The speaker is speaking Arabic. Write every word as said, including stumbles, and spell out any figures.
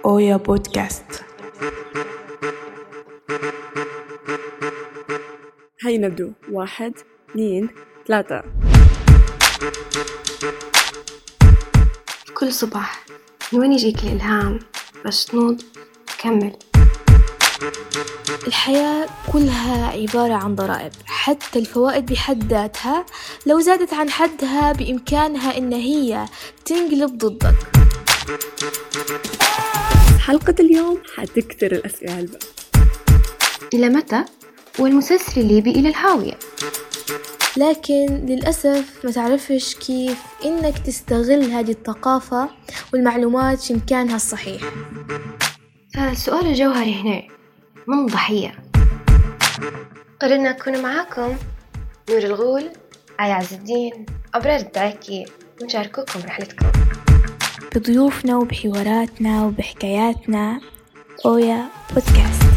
أويا بودكاست. هيا نبدو. واحد اثنين ثلاثة. كل صباح من وين يجيك الإلهام بس تنوض تكمل؟ الحياة كلها عبارة عن ضرائب، حتى الفوائد بحد ذاتها لو زادت عن حدها بإمكانها إن هي تنقلب ضدك. حلقة اليوم حتكثر الأسئلة هلبا. إلى متى؟ والمسلسل الليبي إلى الهاوية. لكن للأسف ما تعرفش كيف إنك تستغل هذه الثقافة والمعلومات في مكانها الصحيح. فالسؤال الجوهري هنا، من الضحية؟ قررنا نكون معاكم نور الغول، آية عز الدين، أبرار الدعاكي، ونشارككم رحلتكم بضيوفنا وبحواراتنا وبحكاياتنا. أويا بودكاست.